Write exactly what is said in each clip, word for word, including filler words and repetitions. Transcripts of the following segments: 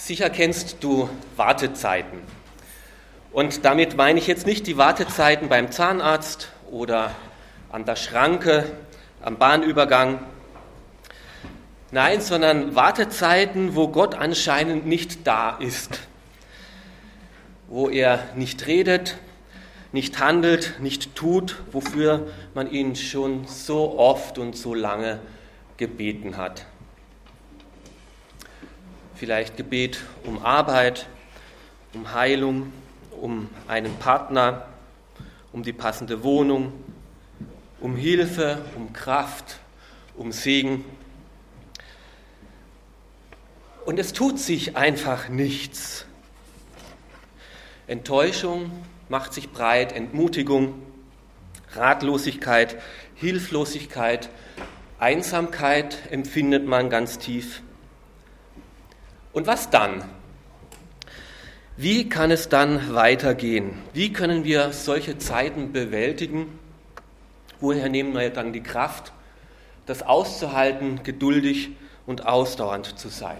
Sicher kennst du Wartezeiten. Und damit meine ich jetzt nicht die Wartezeiten beim Zahnarzt oder an der Schranke, am Bahnübergang. Nein, sondern Wartezeiten, wo Gott anscheinend nicht da ist. Wo er nicht redet, nicht handelt, nicht tut, wofür man ihn schon so oft und so lange gebeten hat. Vielleicht Gebet um Arbeit, um Heilung, um einen Partner, um die passende Wohnung, um Hilfe, um Kraft, um Segen. Und es tut sich einfach nichts. Enttäuschung macht sich breit, Entmutigung, Ratlosigkeit, Hilflosigkeit, Einsamkeit empfindet man ganz tief. Und was dann? Wie kann es dann weitergehen? Wie können wir solche Zeiten bewältigen? Woher nehmen wir dann die Kraft, das auszuhalten, geduldig und ausdauernd zu sein?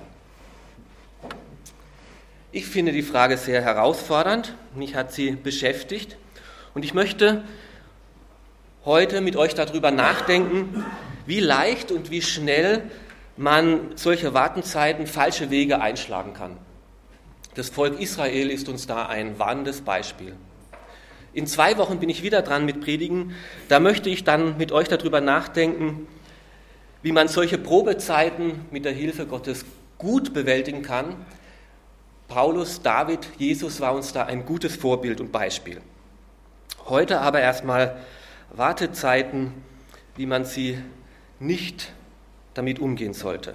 Ich finde die Frage sehr herausfordernd. Mich hat sie beschäftigt. Und ich möchte heute mit euch darüber nachdenken, wie leicht und wie schnell man solche Wartenzeiten, falsche Wege einschlagen kann. Das Volk Israel ist uns da ein warnendes Beispiel. In zwei Wochen bin ich wieder dran mit Predigen. Da möchte ich dann mit euch darüber nachdenken, wie man solche Probezeiten mit der Hilfe Gottes gut bewältigen kann. Paulus, David, Jesus war uns da ein gutes Vorbild und Beispiel. Heute aber erstmal Wartezeiten, wie man sie nicht damit umgehen sollte.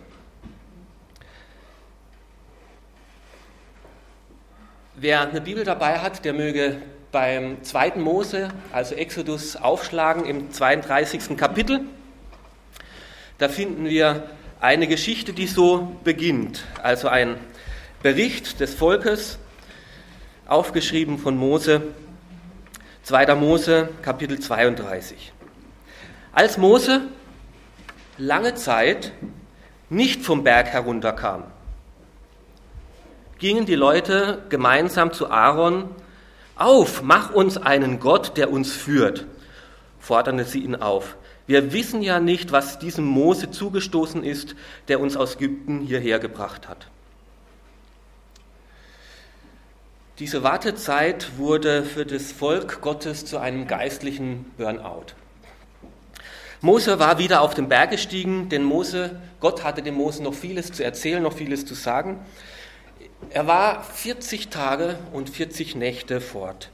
Wer eine Bibel dabei hat, der möge beim zweiten Mose, also Exodus, aufschlagen im zweiunddreißigsten Kapitel. Da finden wir eine Geschichte, die so beginnt, also ein Bericht des Volkes, aufgeschrieben von Mose, zweiter Mose, Kapitel zweiunddreißig. Als Mose lange Zeit nicht vom Berg herunterkam, gingen die Leute gemeinsam zu Aaron: Auf, mach uns einen Gott, der uns führt, forderte sie ihn auf. Wir wissen ja nicht, was diesem Mose zugestoßen ist, der uns aus Ägypten hierher gebracht hat. Diese Wartezeit wurde für das Volk Gottes zu einem geistlichen Burnout. Mose war wieder auf den Berg gestiegen, denn Mose, Gott hatte dem Mose noch vieles zu erzählen, noch vieles zu sagen. Er war vierzig Tage und vierzig Nächte fort.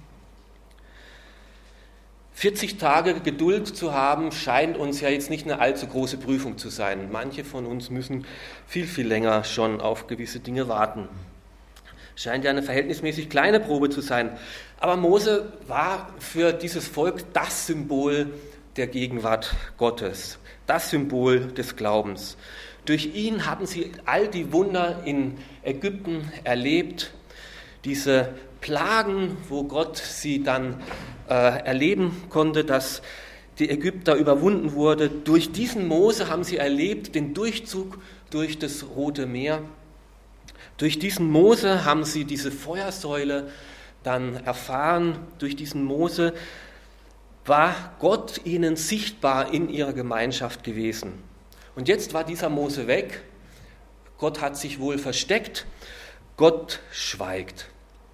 vierzig Tage Geduld zu haben, scheint uns ja jetzt nicht eine allzu große Prüfung zu sein. Manche von uns müssen viel, viel länger schon auf gewisse Dinge warten. Scheint ja eine verhältnismäßig kleine Probe zu sein. Aber Mose war für dieses Volk das Symbol der Gegenwart Gottes, das Symbol des Glaubens. Durch ihn hatten sie all die Wunder in Ägypten erlebt, diese Plagen, wo Gott sie dann äh, erleben konnte, dass die Ägypter überwunden wurde. Durch diesen Mose haben sie erlebt den Durchzug durch das Rote Meer. Durch diesen Mose haben sie diese Feuersäule dann erfahren. Durch diesen Mose war Gott ihnen sichtbar in ihrer Gemeinschaft gewesen. Und jetzt war dieser Mose weg. Gott hat sich wohl versteckt. Gott schweigt.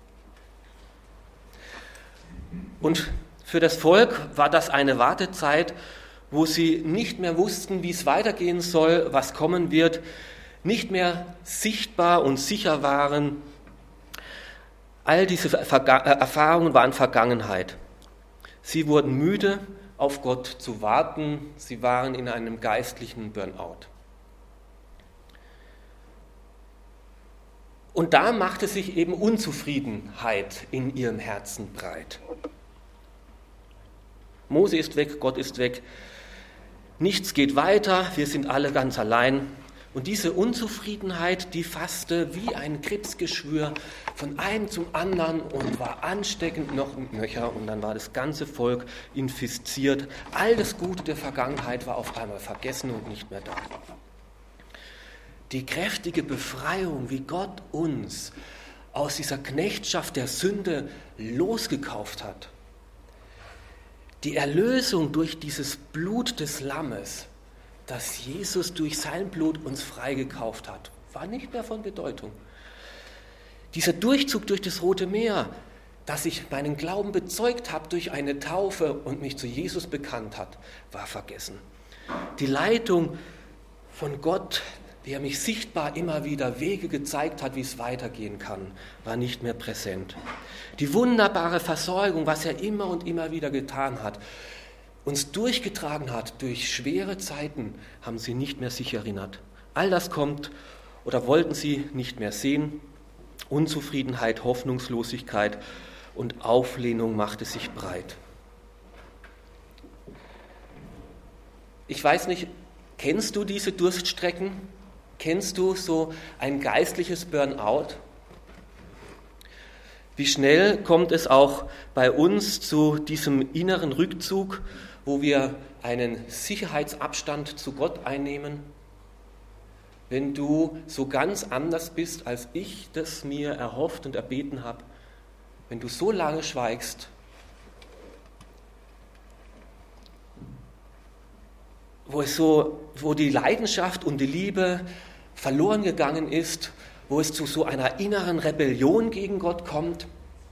Und für das Volk war das eine Wartezeit, wo sie nicht mehr wussten, wie es weitergehen soll, was kommen wird, nicht mehr sichtbar und sicher waren. All diese Verga- Erfahrungen waren Vergangenheit. Sie wurden müde, auf Gott zu warten. Sie waren in einem geistlichen Burnout. Und da machte sich eben Unzufriedenheit in ihrem Herzen breit. Mose ist weg, Gott ist weg. Nichts geht weiter, wir sind alle ganz allein. Und diese Unzufriedenheit, die fasste wie ein Krebsgeschwür von einem zum anderen und war ansteckend noch und nöcher. Und dann war das ganze Volk infiziert. All das Gute der Vergangenheit war auf einmal vergessen und nicht mehr da. die kräftige Befreiung, wie Gott uns aus dieser Knechtschaft der Sünde losgekauft hat. Die Erlösung durch dieses Blut des Lammes, das Jesus durch sein Blut uns freigekauft hat, war nicht mehr von Bedeutung. Dieser Durchzug durch das Rote Meer, dass ich meinen Glauben bezeugt habe durch eine Taufe und mich zu Jesus bekannt hat, war vergessen. Die Leitung von Gott, der mich sichtbar immer wieder Wege gezeigt hat, wie es weitergehen kann, war nicht mehr präsent. Die wunderbare Versorgung, was er immer und immer wieder getan hat, uns durchgetragen hat durch schwere Zeiten, haben sie nicht mehr sich erinnert. All das kommt oder wollten sie nicht mehr sehen. Unzufriedenheit, Hoffnungslosigkeit und Auflehnung machte sich breit. Ich weiß nicht, kennst du diese Durststrecken? Kennst du so ein geistliches Burnout? Wie schnell kommt es auch bei uns zu diesem inneren Rückzug, wo wir einen Sicherheitsabstand zu Gott einnehmen? Wenn du so ganz anders bist, als ich das mir erhofft und erbeten habe, wenn du so lange schweigst, wo es so, wo die Leidenschaft und die Liebe verloren gegangen ist, wo es zu so einer inneren Rebellion gegen Gott kommt.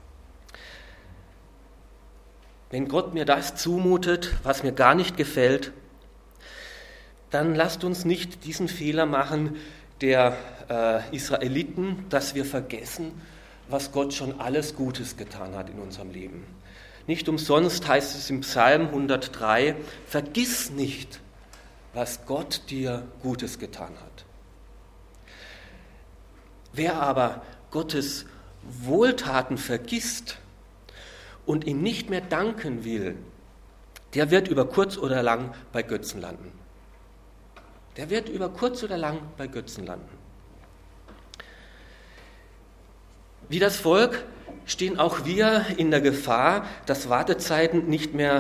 Wenn Gott mir das zumutet, was mir gar nicht gefällt, dann lasst uns nicht diesen Fehler machen der äh, Israeliten, dass wir vergessen, was Gott schon alles Gutes getan hat in unserem Leben. Nicht umsonst heißt es im Psalm hundertdrei, vergiss nicht, was Gott dir Gutes getan hat. Wer aber Gottes Wohltaten vergisst und ihm nicht mehr danken will, der wird über kurz oder lang bei Götzen landen. Der wird über kurz oder lang bei Götzen landen. Wie das Volk stehen auch wir in der Gefahr, dass Wartezeiten nicht mehr,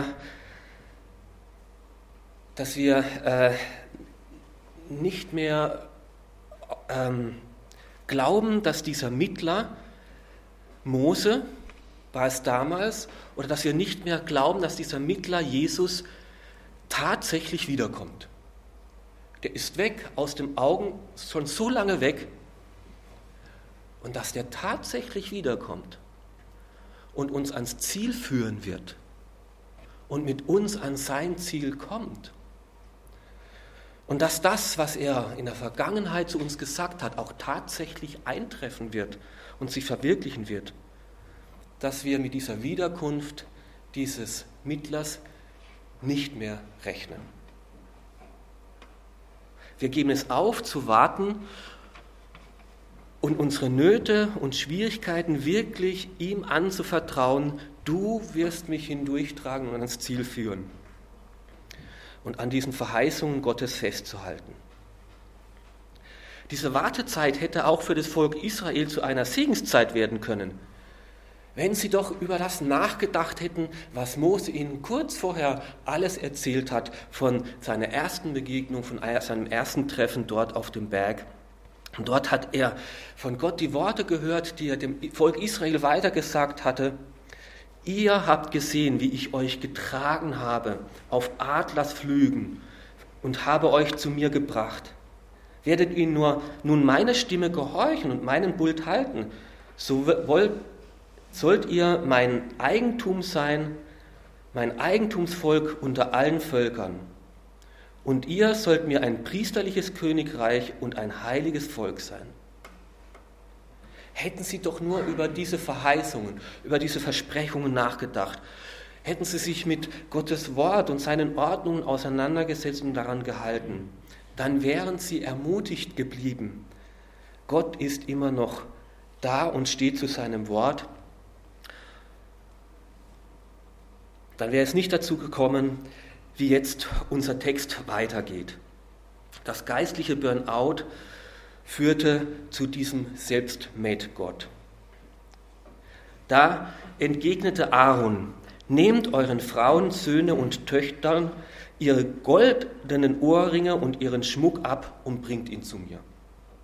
dass wir äh, nicht mehr ähm, glauben, dass dieser Mittler, Mose war es damals, oder dass wir nicht mehr glauben, dass dieser Mittler Jesus tatsächlich wiederkommt. Der ist weg, aus den Augen, schon so lange weg, und dass der tatsächlich wiederkommt und uns ans Ziel führen wird und mit uns an sein Ziel kommt. Und dass das, was er in der Vergangenheit zu uns gesagt hat, auch tatsächlich eintreffen wird und sich verwirklichen wird. Dass wir mit dieser Wiederkunft dieses Mittlers nicht mehr rechnen. Wir geben es auf, zu warten und unsere Nöte und Schwierigkeiten wirklich ihm anzuvertrauen. Du wirst mich hindurchtragen und ans Ziel führen. Und an diesen Verheißungen Gottes festzuhalten. Diese Wartezeit hätte auch für das Volk Israel zu einer Segenszeit werden können, wenn sie doch über das nachgedacht hätten, was Mose ihnen kurz vorher alles erzählt hat von seiner ersten Begegnung, von seinem ersten Treffen dort auf dem Berg. Und dort hat er von Gott die Worte gehört, die er dem Volk Israel weitergesagt hatte. Ihr habt gesehen, wie ich euch getragen habe auf Adlersflügen und habe euch zu mir gebracht. Werdet ihr nur nun meine Stimme gehorchen und meinen Bund halten, so wollt, sollt ihr mein Eigentum sein, mein Eigentumsvolk unter allen Völkern. Und ihr sollt mir ein priesterliches Königreich und ein heiliges Volk sein. Hätten sie doch nur über diese Verheißungen, über diese Versprechungen nachgedacht. Hätten sie sich mit Gottes Wort und seinen Ordnungen auseinandergesetzt und daran gehalten, dann wären sie ermutigt geblieben. Gott ist immer noch da und steht zu seinem Wort. Dann wäre es nicht dazu gekommen, wie jetzt unser Text weitergeht. Das geistliche Burnout führte zu diesem Selbstmade-Gott. Da entgegnete Aaron, nehmt euren Frauen, Söhne und Töchtern ihre goldenen Ohrringe und ihren Schmuck ab und bringt ihn zu mir.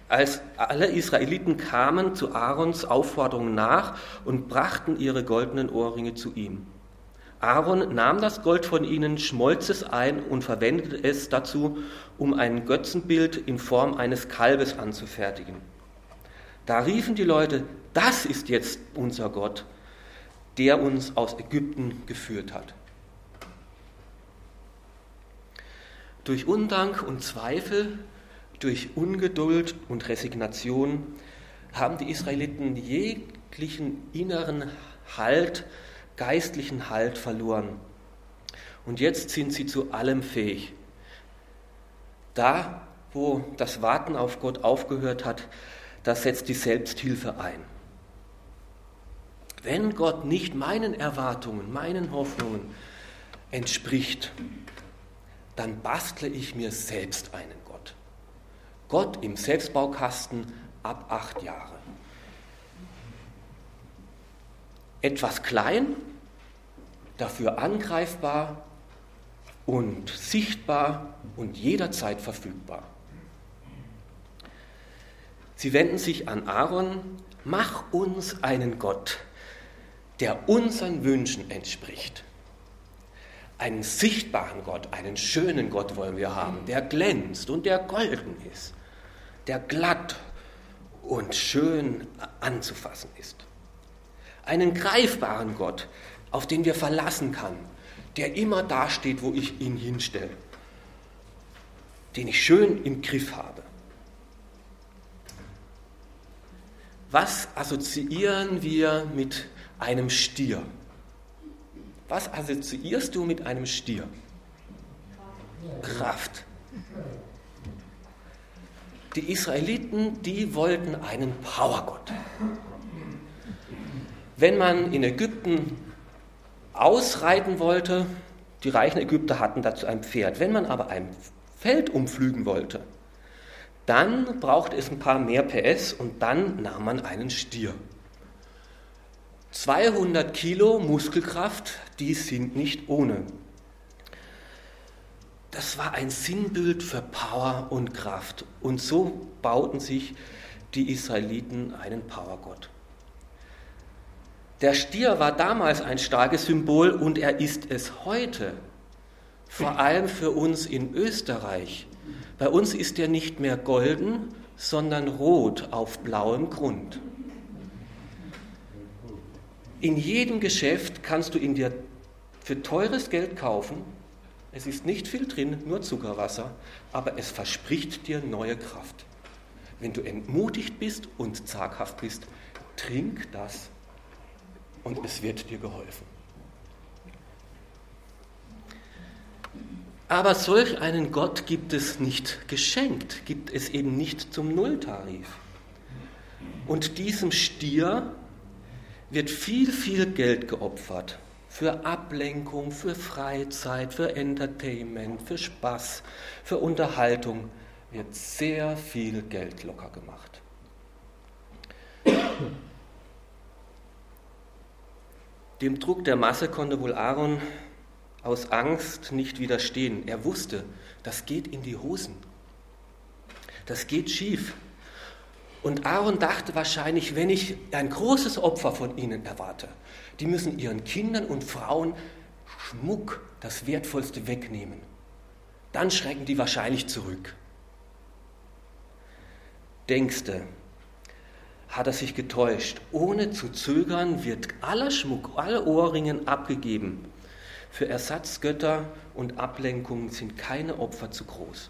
als alle Israeliten kamen zu Aarons Aufforderung nach und brachten ihre goldenen Ohrringe zu ihm. Aaron nahm das Gold von ihnen, schmolz es ein und verwendete es dazu, um ein Götzenbild in Form eines Kalbes anzufertigen. Da riefen die Leute: Das ist jetzt unser Gott, der uns aus Ägypten geführt hat. Durch Undank und Zweifel, durch Ungeduld und Resignation haben die Israeliten jeglichen inneren Halt, geistlichen Halt verloren. Und jetzt sind sie zu allem fähig. Da, wo das Warten auf Gott aufgehört hat, da setzt die Selbsthilfe ein. Wenn Gott nicht meinen Erwartungen, meinen Hoffnungen entspricht, dann bastle ich mir selbst einen Gott. Gott im Selbstbaukasten ab acht Jahre. Etwas klein, dafür angreifbar und sichtbar und jederzeit verfügbar. Sie wenden sich an Aaron: Mach uns einen Gott, der unseren Wünschen entspricht. Einen sichtbaren Gott, einen schönen Gott wollen wir haben, der glänzt und der golden ist, der glatt und schön anzufassen ist. Einen greifbaren Gott, auf den wir verlassen kann, der immer dasteht, wo ich ihn hinstelle, den ich schön im Griff habe. Was assoziieren wir mit einem Stier? Was assoziierst du mit einem Stier? Kraft. Die Israeliten, die wollten einen Powergott. Wenn man in Ägypten ausreiten wollte, die reichen Ägypter hatten dazu ein Pferd. Wenn man aber ein Feld umpflügen wollte, dann brauchte es ein paar mehr P S und dann nahm man einen Stier. zweihundert Kilo Muskelkraft, die sind nicht ohne. Das war ein Sinnbild für Power und Kraft. Und so bauten sich die Israeliten einen Powergott. Der Stier war damals ein starkes Symbol und er ist es heute, vor allem für uns in Österreich. Bei uns ist er nicht mehr golden, sondern rot auf blauem Grund. In jedem Geschäft kannst du ihn dir für teures Geld kaufen. Es ist nicht viel drin, nur Zuckerwasser, aber es verspricht dir neue Kraft. Wenn du entmutigt bist und zaghaft bist, trink das und es wird dir geholfen. Aber solch einen Gott gibt es nicht geschenkt, gibt es eben nicht zum Nulltarif. Und diesem Stier wird viel, viel Geld geopfert für Ablenkung, für Freizeit, für Entertainment, für Spaß, für Unterhaltung, wird sehr viel Geld locker gemacht. Dem Druck der Masse konnte wohl Aaron aus Angst nicht widerstehen. Er wusste, das geht in die Hosen. Das geht schief. Und Aaron dachte wahrscheinlich, wenn ich ein großes Opfer von ihnen erwarte, die müssen ihren Kindern und Frauen Schmuck, das Wertvollste, wegnehmen. Dann schrecken die wahrscheinlich zurück. Denkste, hat er sich getäuscht. Ohne zu zögern wird aller Schmuck, alle Ohrringen abgegeben. Für Ersatzgötter und Ablenkungen sind keine Opfer zu groß.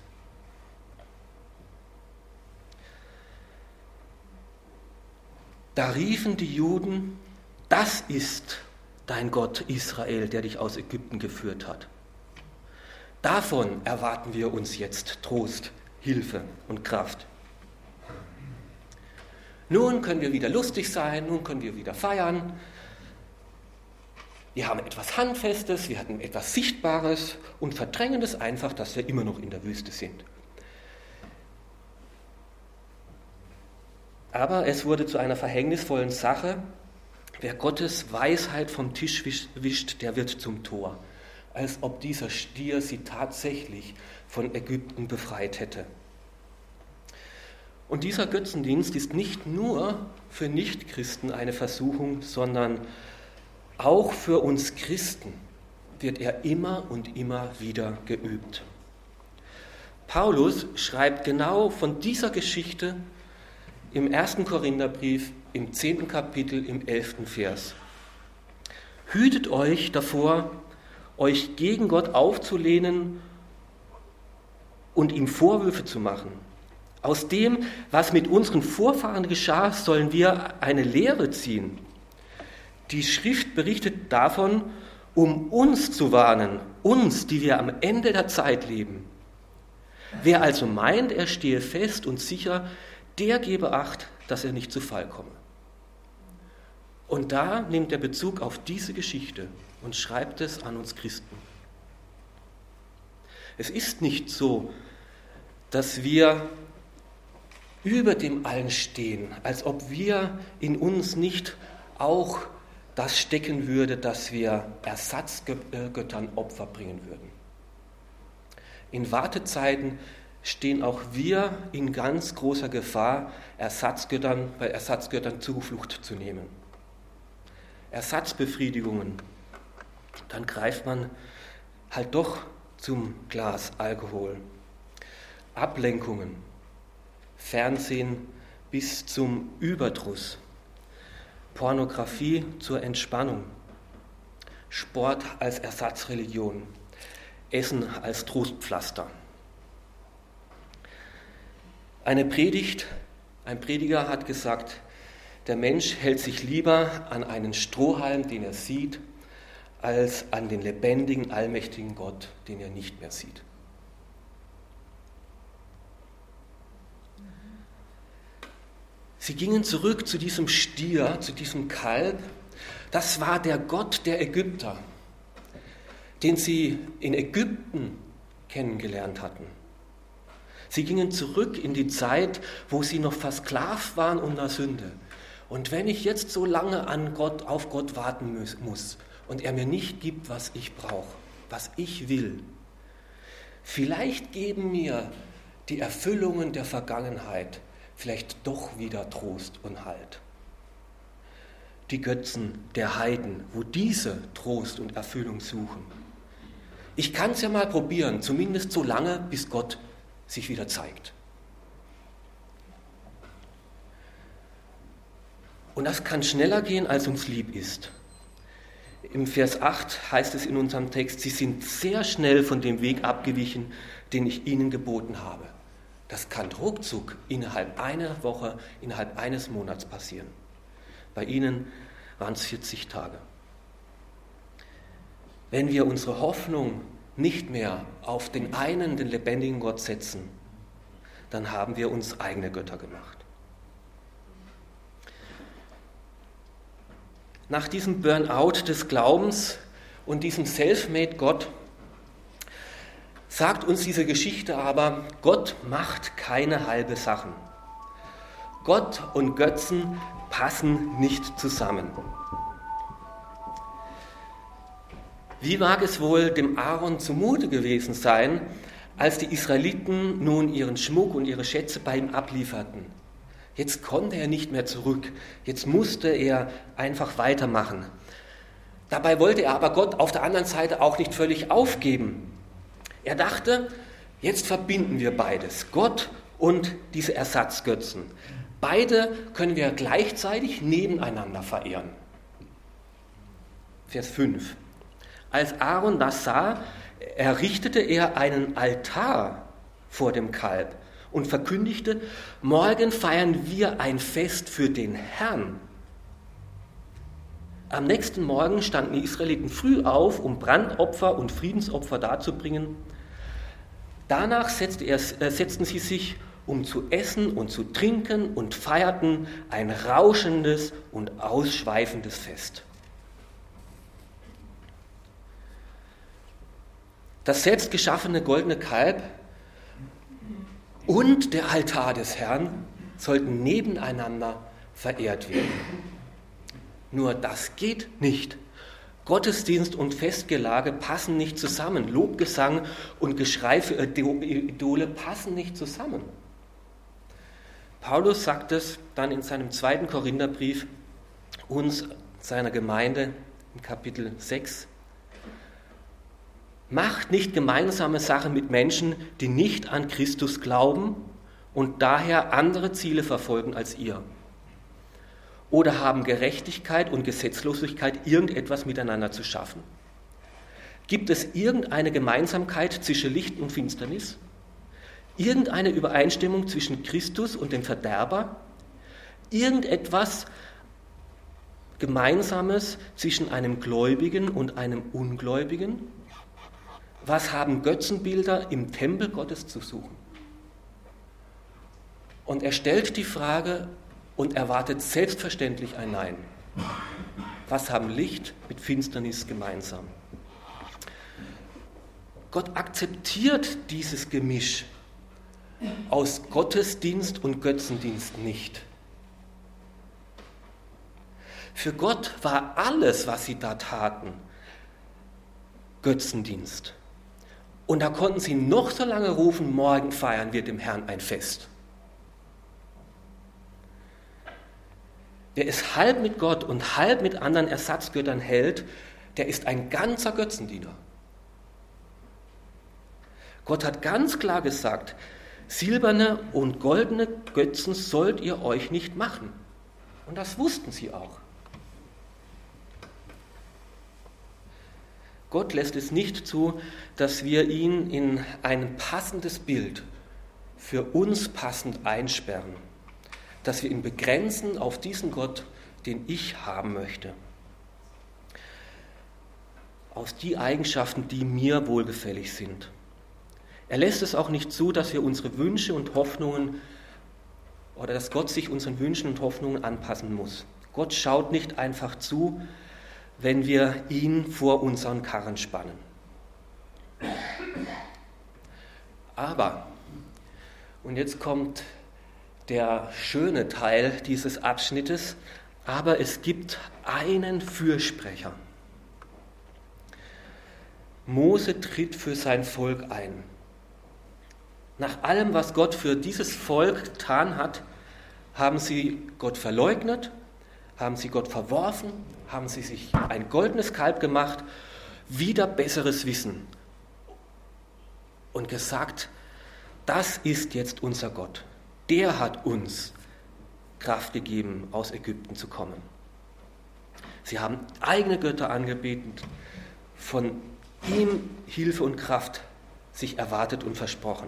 Da riefen die Juden: Das ist dein Gott Israel, der dich aus Ägypten geführt hat. Davon erwarten wir uns jetzt Trost, Hilfe und Kraft. Nun können wir wieder lustig sein, nun können wir wieder feiern. Wir haben etwas Handfestes, wir hatten etwas Sichtbares und verdrängen es einfach, dass wir immer noch in der Wüste sind. Aber es wurde zu einer verhängnisvollen Sache. Wer Gottes Weisheit vom Tisch wischt, der wird zum Tor. Als ob dieser Stier sie tatsächlich von Ägypten befreit hätte. Und dieser Götzendienst ist nicht nur für Nichtchristen eine Versuchung, sondern auch für uns Christen wird er immer und immer wieder geübt. Paulus schreibt genau von dieser Geschichte im ersten Korintherbrief, im zehnten Kapitel, im elften Vers. Hütet euch davor, euch gegen Gott aufzulehnen und ihm Vorwürfe zu machen. Aus dem, was mit unseren Vorfahren geschah, sollen wir eine Lehre ziehen. Die Schrift berichtet davon, um uns zu warnen, uns, die wir am Ende der Zeit leben. Wer also meint, er stehe fest und sicher, der gebe Acht, dass er nicht zu Fall komme. Und da nimmt er Bezug auf diese Geschichte und schreibt es an uns Christen. Es ist nicht so, dass wir über dem Allen stehen, als ob wir in uns nicht auch das stecken würde, dass wir Ersatzgöttern Opfer bringen würden. In Wartezeiten stehen auch wir in ganz großer Gefahr, Ersatzgöttern, bei Ersatzgöttern Zuflucht zu nehmen. Ersatzbefriedigungen, dann greift man halt doch zum Glas Alkohol. Ablenkungen, Fernsehen bis zum Überdruss, Pornografie zur Entspannung, Sport als Ersatzreligion, Essen als Trostpflaster. Eine Predigt, ein Prediger hat gesagt, der Mensch hält sich lieber an einen Strohhalm, den er sieht, als an den lebendigen, allmächtigen Gott, den er nicht mehr sieht. Sie gingen zurück zu diesem Stier, zu diesem Kalb. Das war der Gott der Ägypter, den sie in Ägypten kennengelernt hatten. Sie gingen zurück in die Zeit, wo sie noch versklavt waren unter Sünde. Und wenn ich jetzt so lange an Gott, auf Gott warten muss und er mir nicht gibt, was ich brauche, was ich will, vielleicht geben mir die Erfüllungen der Vergangenheit vielleicht doch wieder Trost und Halt. Die Götzen der Heiden, wo diese Trost und Erfüllung suchen. Ich kann es ja mal probieren, zumindest so lange, bis Gott sich wieder zeigt. Und das kann schneller gehen, als uns lieb ist. Im Vers acht heißt es in unserem Text, sie sind sehr schnell von dem Weg abgewichen, den ich ihnen geboten habe. Das kann ruckzuck innerhalb einer Woche, innerhalb eines Monats passieren. Bei ihnen waren es vierzig Tage. Wenn wir unsere Hoffnung nicht mehr auf den einen, den lebendigen Gott setzen, dann haben wir uns eigene Götter gemacht. Nach diesem Burnout des Glaubens und diesem Selfmade-Gott sagt uns diese Geschichte aber, Gott macht keine halbe Sachen. Gott und Götzen passen nicht zusammen. Wie mag es wohl dem Aaron zumute gewesen sein, als die Israeliten nun ihren Schmuck und ihre Schätze bei ihm ablieferten? Jetzt konnte er nicht mehr zurück, jetzt musste er einfach weitermachen. Dabei wollte er aber Gott auf der anderen Seite auch nicht völlig aufgeben. Er dachte, jetzt verbinden wir beides, Gott und diese Ersatzgötzen. Beide können wir gleichzeitig nebeneinander verehren. Vers fünf. Als Aaron das sah, errichtete er einen Altar vor dem Kalb und verkündigte, morgen feiern wir ein Fest für den Herrn. Am nächsten Morgen standen die Israeliten früh auf, um Brandopfer und Friedensopfer darzubringen. Danach setzte er, äh, setzten sie sich, um zu essen und zu trinken und feierten ein rauschendes und ausschweifendes Fest. Das selbst geschaffene goldene Kalb und der Altar des Herrn sollten nebeneinander verehrt werden. Nur das geht nicht. Gottesdienst und Festgelage passen nicht zusammen. Lobgesang und Geschrei für Idole passen nicht zusammen. Paulus sagt es dann in seinem zweiten Korintherbrief uns, seiner Gemeinde, im Kapitel sechs. Macht nicht gemeinsame Sache mit Menschen, die nicht an Christus glauben und daher andere Ziele verfolgen als ihr. Oder haben Gerechtigkeit und Gesetzlosigkeit irgendetwas miteinander zu schaffen? Gibt es irgendeine Gemeinsamkeit zwischen Licht und Finsternis? Irgendeine Übereinstimmung zwischen Christus und dem Verderber? Irgendetwas Gemeinsames zwischen einem Gläubigen und einem Ungläubigen? Was haben Götzenbilder im Tempel Gottes zu suchen? Und er stellt die Frage und erwartet selbstverständlich ein Nein. Was haben Licht mit Finsternis gemeinsam? Gott akzeptiert dieses Gemisch aus Gottesdienst und Götzendienst nicht. Für Gott war alles, was sie da taten, Götzendienst. Und da konnten sie noch so lange rufen, morgen feiern wir dem Herrn ein Fest. Wer es halb mit Gott und halb mit anderen Ersatzgöttern hält, der ist ein ganzer Götzendiener. Gott hat ganz klar gesagt, silberne und goldene Götzen sollt ihr euch nicht machen. Und das wussten sie auch. Gott lässt es nicht zu, dass wir ihn in ein passendes Bild für uns passend einsperren, dass wir ihn begrenzen auf diesen Gott, den ich haben möchte. Aus die Eigenschaften, die mir wohlgefällig sind. Er lässt es auch nicht zu, dass wir unsere Wünsche und Hoffnungen oder dass Gott sich unseren Wünschen und Hoffnungen anpassen muss. Gott schaut nicht einfach zu, wenn wir ihn vor unseren Karren spannen. Aber, und jetzt kommt der schöne Teil dieses Abschnittes, aber es gibt einen Fürsprecher. Mose tritt für sein Volk ein. Nach allem, was Gott für dieses Volk getan hat, haben sie Gott verleugnet, haben sie Gott verworfen, haben sie sich ein goldenes Kalb gemacht, wider besseres Wissen und gesagt, das ist jetzt unser Gott. Der hat uns Kraft gegeben, aus Ägypten zu kommen. Sie haben eigene Götter angebetet, von ihm Hilfe und Kraft sich erwartet und versprochen.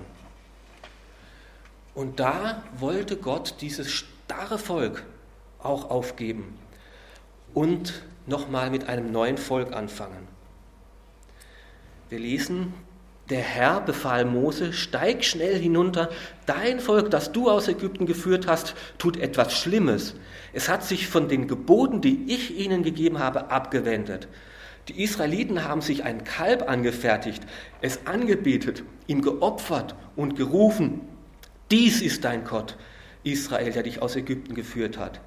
Und da wollte Gott dieses starre Volk auch aufgeben und nochmal mit einem neuen Volk anfangen. Wir lesen, der Herr befahl Mose, steig schnell hinunter, dein Volk, das du aus Ägypten geführt hast, tut etwas Schlimmes. Es hat sich von den Geboten, die ich ihnen gegeben habe, abgewendet. Die Israeliten haben sich ein Kalb angefertigt, es angebetet, ihm geopfert und gerufen, dies ist dein Gott, Israel, der dich aus Ägypten geführt hat.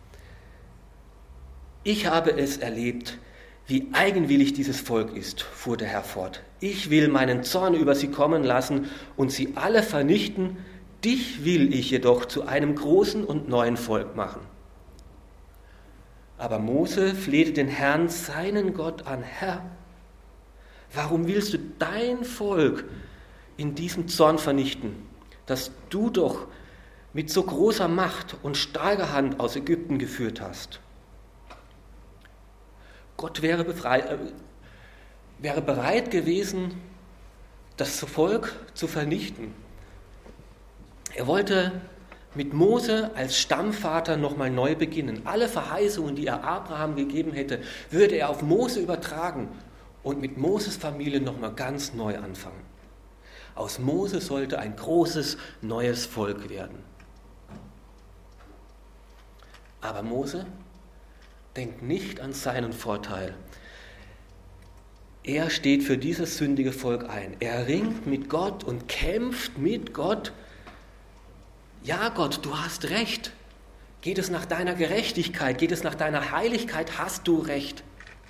Ich habe es erlebt, wie eigenwillig dieses Volk ist, fuhr der Herr fort. Ich will meinen Zorn über sie kommen lassen und sie alle vernichten. Dich will ich jedoch zu einem großen und neuen Volk machen. Aber Mose flehte den Herrn, seinen Gott, an. Herr, warum willst du dein Volk in diesem Zorn vernichten, das du doch mit so großer Macht und starker Hand aus Ägypten geführt hast? Gott wäre, befreit, äh, wäre bereit gewesen, das Volk zu vernichten. Er wollte mit Mose als Stammvater nochmal neu beginnen. Alle Verheißungen, die er Abraham gegeben hätte, würde er auf Mose übertragen und mit Moses Familie nochmal ganz neu anfangen. Aus Mose sollte ein großes, neues Volk werden. Aber Mose denkt nicht an seinen Vorteil. Er steht für dieses sündige Volk ein. Er ringt mit Gott und kämpft mit Gott. Ja, Gott, du hast recht. Geht es nach deiner Gerechtigkeit, geht es nach deiner Heiligkeit, hast du recht.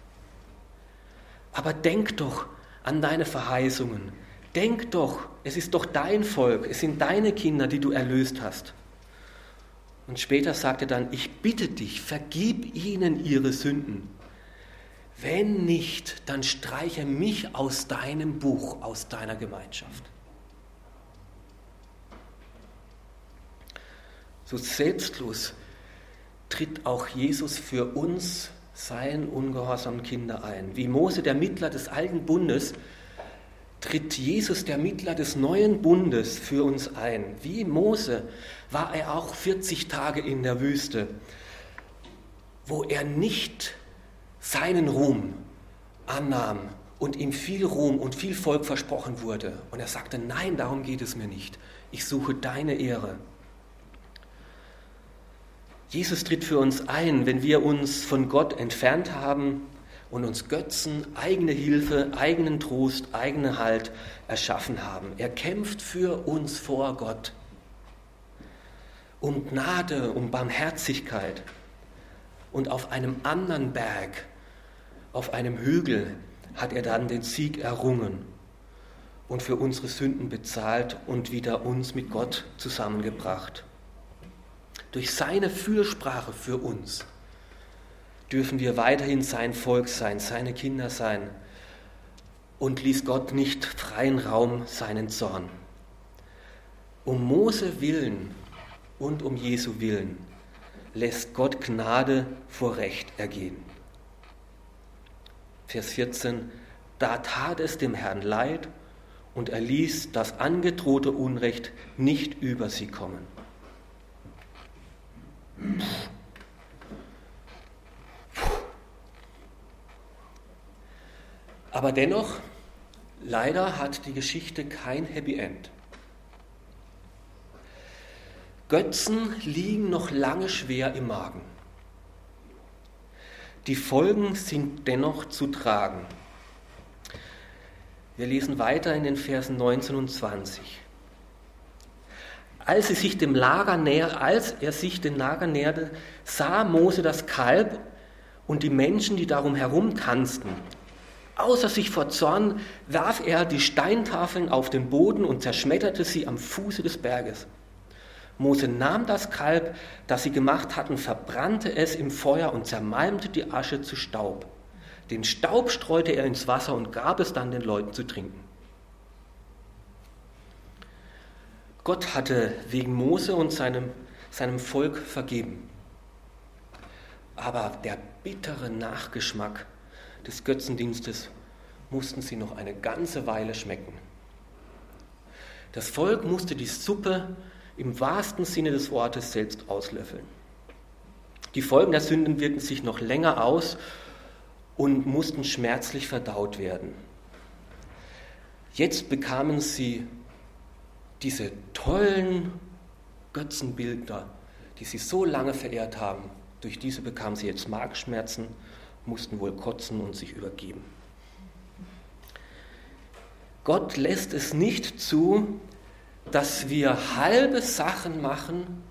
Aber denk doch an deine Verheißungen. Denk doch, es ist doch dein Volk, es sind deine Kinder, die du erlöst hast. Und später sagt er dann, ich bitte dich, vergib ihnen ihre Sünden. Wenn nicht, dann streiche mich aus deinem Buch, aus deiner Gemeinschaft. So selbstlos tritt auch Jesus für uns, seinen ungehorsamen Kinder, ein. Wie Mose, der Mittler des alten Bundes, tritt Jesus, der Mittler des neuen Bundes, für uns ein. Wie Mose war er auch vierzig Tage in der Wüste, wo er nicht seinen Ruhm annahm und ihm viel Ruhm und viel Volk versprochen wurde. Und er sagte, nein, darum geht es mir nicht. Ich suche deine Ehre. Jesus tritt für uns ein, wenn wir uns von Gott entfernt haben und uns Götzen, eigene Hilfe, eigenen Trost, eigenen Halt erschaffen haben. Er kämpft für uns vor Gott um Gnade, um Barmherzigkeit. Und auf einem anderen Berg, auf einem Hügel, hat er dann den Sieg errungen und für unsere Sünden bezahlt und wieder uns mit Gott zusammengebracht. Durch seine Fürsprache für uns dürfen wir weiterhin sein Volk sein, seine Kinder sein und ließ Gott nicht freien Raum seinen Zorn. Um Mose willen und um Jesu willen lässt Gott Gnade vor Recht ergehen. Vers vierzehn, da tat es dem Herrn leid und er ließ das angedrohte Unrecht nicht über sie kommen. Aber dennoch, leider hat die Geschichte kein Happy End. Götzen liegen noch lange schwer im Magen. Die Folgen sind dennoch zu tragen. Wir lesen weiter in den Versen neunzehn und zwanzig. Als, sie sich dem Lager näher, als er sich dem Lager näherte, sah Mose das Kalb und die Menschen, die darum herumtanzten. Außer sich vor Zorn warf er die Steintafeln auf den Boden und zerschmetterte sie am Fuße des Berges. Mose nahm das Kalb, das sie gemacht hatten, verbrannte es im Feuer und zermalmte die Asche zu Staub. Den Staub streute er ins Wasser und gab es dann den Leuten zu trinken. Gott hatte wegen Mose und seinem, seinem Volk vergeben. Aber der bittere Nachgeschmack des Götzendienstes mussten sie noch eine ganze Weile schmecken. Das Volk musste die Suppe im wahrsten Sinne des Wortes selbst auslöffeln. Die Folgen der Sünden wirkten sich noch länger aus und mussten schmerzlich verdaut werden. Jetzt bekamen sie diese tollen Götzenbilder, die sie so lange verehrt haben, durch diese bekamen sie jetzt Magenschmerzen, mussten wohl kotzen und sich übergeben. Gott lässt es nicht zu, dass wir halbe Sachen machen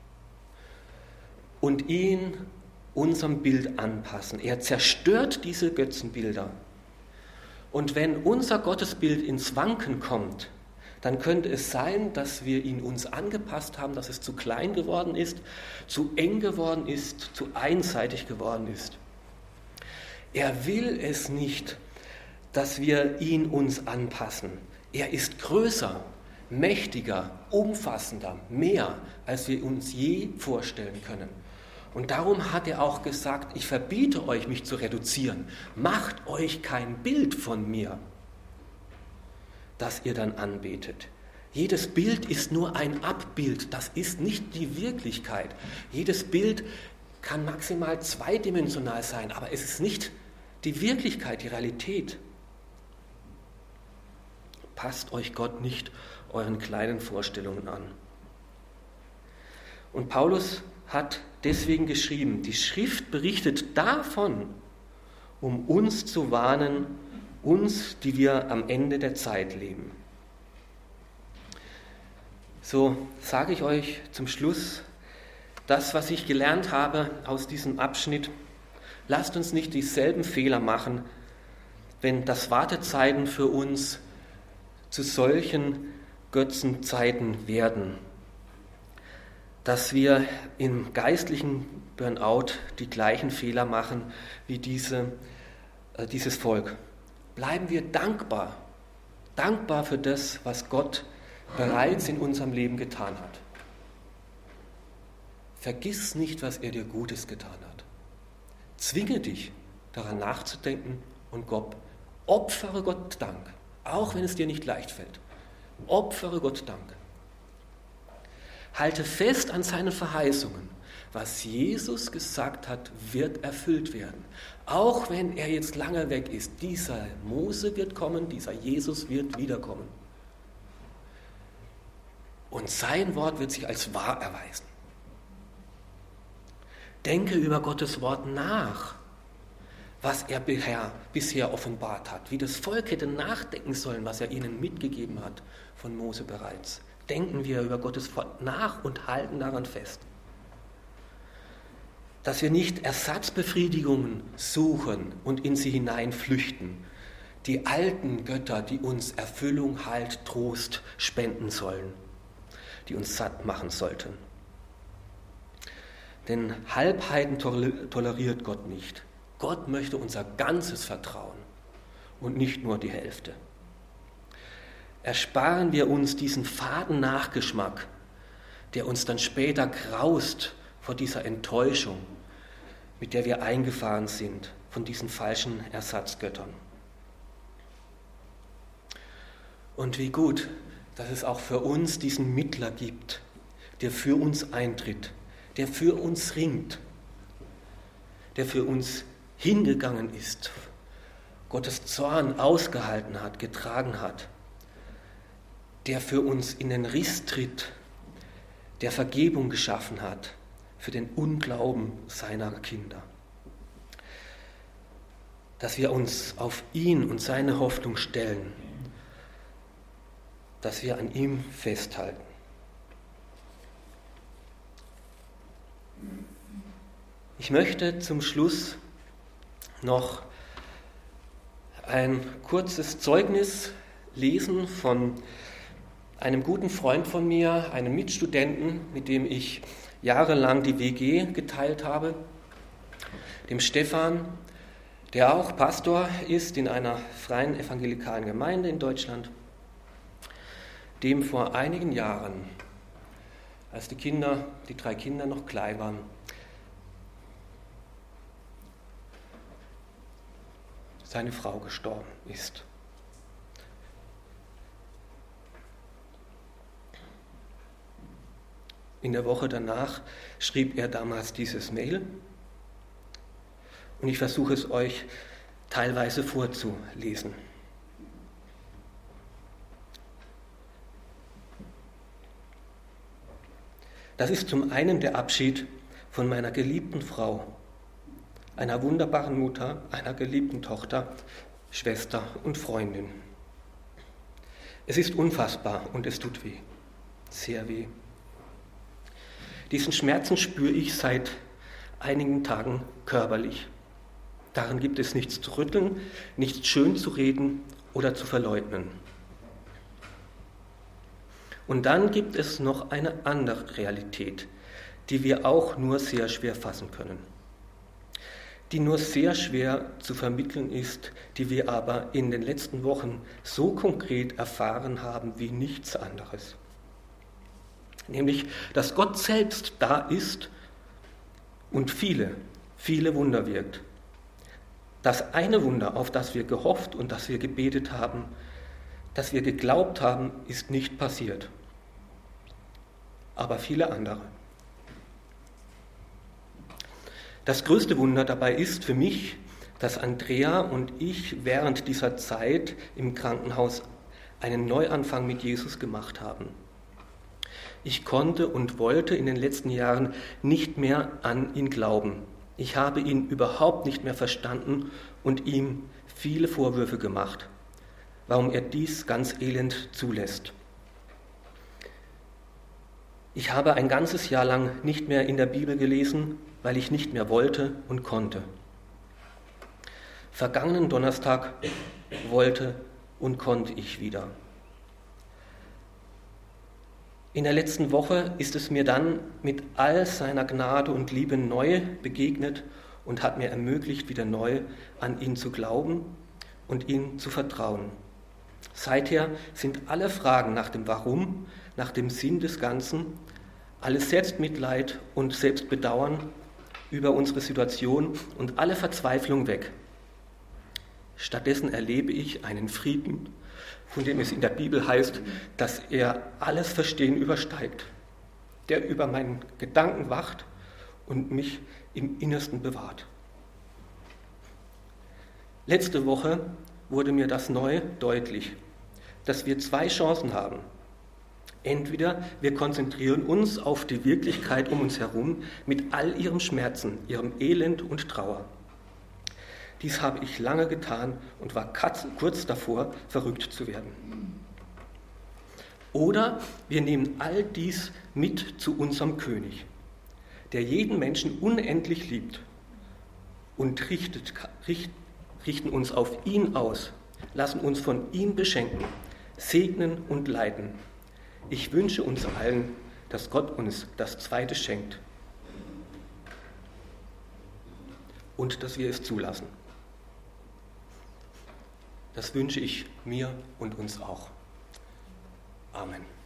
und ihn unserem Bild anpassen. Er zerstört diese Götzenbilder. Und wenn unser Gottesbild ins Wanken kommt, dann könnte es sein, dass wir ihn uns angepasst haben, dass es zu klein geworden ist, zu eng geworden ist, zu einseitig geworden ist. Er will es nicht, dass wir ihn uns anpassen. Er ist größer, mächtiger, umfassender, mehr, als wir uns je vorstellen können. Und darum hat er auch gesagt, ich verbiete euch, mich zu reduzieren. Macht euch kein Bild von mir, das ihr dann anbetet. Jedes Bild ist nur ein Abbild, das ist nicht die Wirklichkeit. Jedes Bild kann maximal zweidimensional sein, aber es ist nicht die Wirklichkeit, die Realität. Passt euch Gott nicht euren kleinen Vorstellungen an. Und Paulus hat deswegen geschrieben, die Schrift berichtet davon, um uns zu warnen, uns, die wir am Ende der Zeit leben. So sage ich euch zum Schluss, das, was ich gelernt habe aus diesem Abschnitt, lasst uns nicht dieselben Fehler machen, wenn das Wartezeiten für uns zu solchen Götzenzeiten werden. dass wir im geistlichen Burnout die gleichen Fehler machen wie diese, äh, dieses Volk. Bleiben wir dankbar, dankbar für das, was Gott bereits in unserem Leben getan hat. Vergiss nicht, was er dir Gutes getan hat. Zwinge dich, daran nachzudenken und Gott, opfere Gott Dank, auch wenn es dir nicht leicht fällt. Opfere Gott Dank. Halte fest an seinen Verheißungen. Was Jesus gesagt hat, wird erfüllt werden. Auch wenn er jetzt lange weg ist. Dieser Mose wird kommen, dieser Jesus wird wiederkommen. Und sein Wort wird sich als wahr erweisen. Denke über Gottes Wort nach, was er bisher offenbart hat, wie das Volk hätte nachdenken sollen, was er ihnen mitgegeben hat von Mose bereits. Denken wir über Gottes Wort nach und halten daran fest. Dass wir nicht Ersatzbefriedigungen suchen und in sie hineinflüchten, die alten Götter, die uns Erfüllung, Halt, Trost spenden sollen, die uns satt machen sollten. Denn Halbheiten toleriert Gott nicht. Gott möchte unser ganzes Vertrauen und nicht nur die Hälfte. Ersparen wir uns diesen faden Nachgeschmack, der uns dann später graust vor dieser Enttäuschung, mit der wir eingefahren sind von diesen falschen Ersatzgöttern. Und wie gut, dass es auch für uns diesen Mittler gibt, der für uns eintritt, der für uns ringt, der für uns hingegangen ist, Gottes Zorn ausgehalten hat, getragen hat, der für uns in den Riss tritt, der Vergebung geschaffen hat für den Unglauben seiner Kinder. Dass wir uns auf ihn und seine Hoffnung stellen, dass wir an ihm festhalten. Ich möchte zum Schluss noch ein kurzes Zeugnis lesen von einem guten Freund von mir, einem Mitstudenten, mit dem ich jahrelang die W G geteilt habe, dem Stefan, der auch Pastor ist in einer freien evangelikalen Gemeinde in Deutschland, dem vor einigen Jahren, als die Kinder, die drei Kinder noch klein waren, seine Frau gestorben ist. In der Woche danach schrieb er damals dieses Mail und ich versuche es euch teilweise vorzulesen. Das ist zum einen der Abschied von meiner geliebten Frau, einer wunderbaren Mutter, einer geliebten Tochter, Schwester und Freundin. Es ist unfassbar und es tut weh, sehr weh. Diesen Schmerzen spüre ich seit einigen Tagen körperlich. Daran gibt es nichts zu rütteln, nichts schön zu reden oder zu verleugnen. Und dann gibt es noch eine andere Realität, die wir auch nur sehr schwer fassen können, die nur sehr schwer zu vermitteln ist, die wir aber in den letzten Wochen so konkret erfahren haben wie nichts anderes. Nämlich, dass Gott selbst da ist und viele, viele Wunder wirkt. Das eine Wunder, auf das wir gehofft und das wir gebetet haben, das wir geglaubt haben, ist nicht passiert. Aber viele andere. Das größte Wunder dabei ist für mich, dass Andrea und ich während dieser Zeit im Krankenhaus einen Neuanfang mit Jesus gemacht haben. Ich konnte und wollte in den letzten Jahren nicht mehr an ihn glauben. Ich habe ihn überhaupt nicht mehr verstanden und ihm viele Vorwürfe gemacht, warum er dies ganz elend zulässt. Ich habe ein ganzes Jahr lang nicht mehr in der Bibel gelesen, weil ich nicht mehr wollte und konnte. Vergangenen Donnerstag wollte und konnte ich wieder. In der letzten Woche ist es mir dann mit all seiner Gnade und Liebe neu begegnet und hat mir ermöglicht, wieder neu an ihn zu glauben und ihm zu vertrauen. Seither sind alle Fragen nach dem Warum, nach dem Sinn des Ganzen, alles Selbstmitleid und Selbstbedauern über unsere Situation und alle Verzweiflung weg. Stattdessen erlebe ich einen Frieden, von dem es in der Bibel heißt, dass er alles Verstehen übersteigt, der über meinen Gedanken wacht und mich im Innersten bewahrt. Letzte Woche wurde mir das neu deutlich, dass wir zwei Chancen haben. Entweder wir konzentrieren uns auf die Wirklichkeit um uns herum mit all ihrem Schmerzen, ihrem Elend und Trauer. Dies habe ich lange getan und war kurz davor, verrückt zu werden. Oder wir nehmen all dies mit zu unserem König, der jeden Menschen unendlich liebt, und richtet, richt, richten uns auf ihn aus, lassen uns von ihm beschenken, segnen und leiten. Ich wünsche uns allen, dass Gott uns das Zweite schenkt und dass wir es zulassen. Das wünsche ich mir und uns auch. Amen.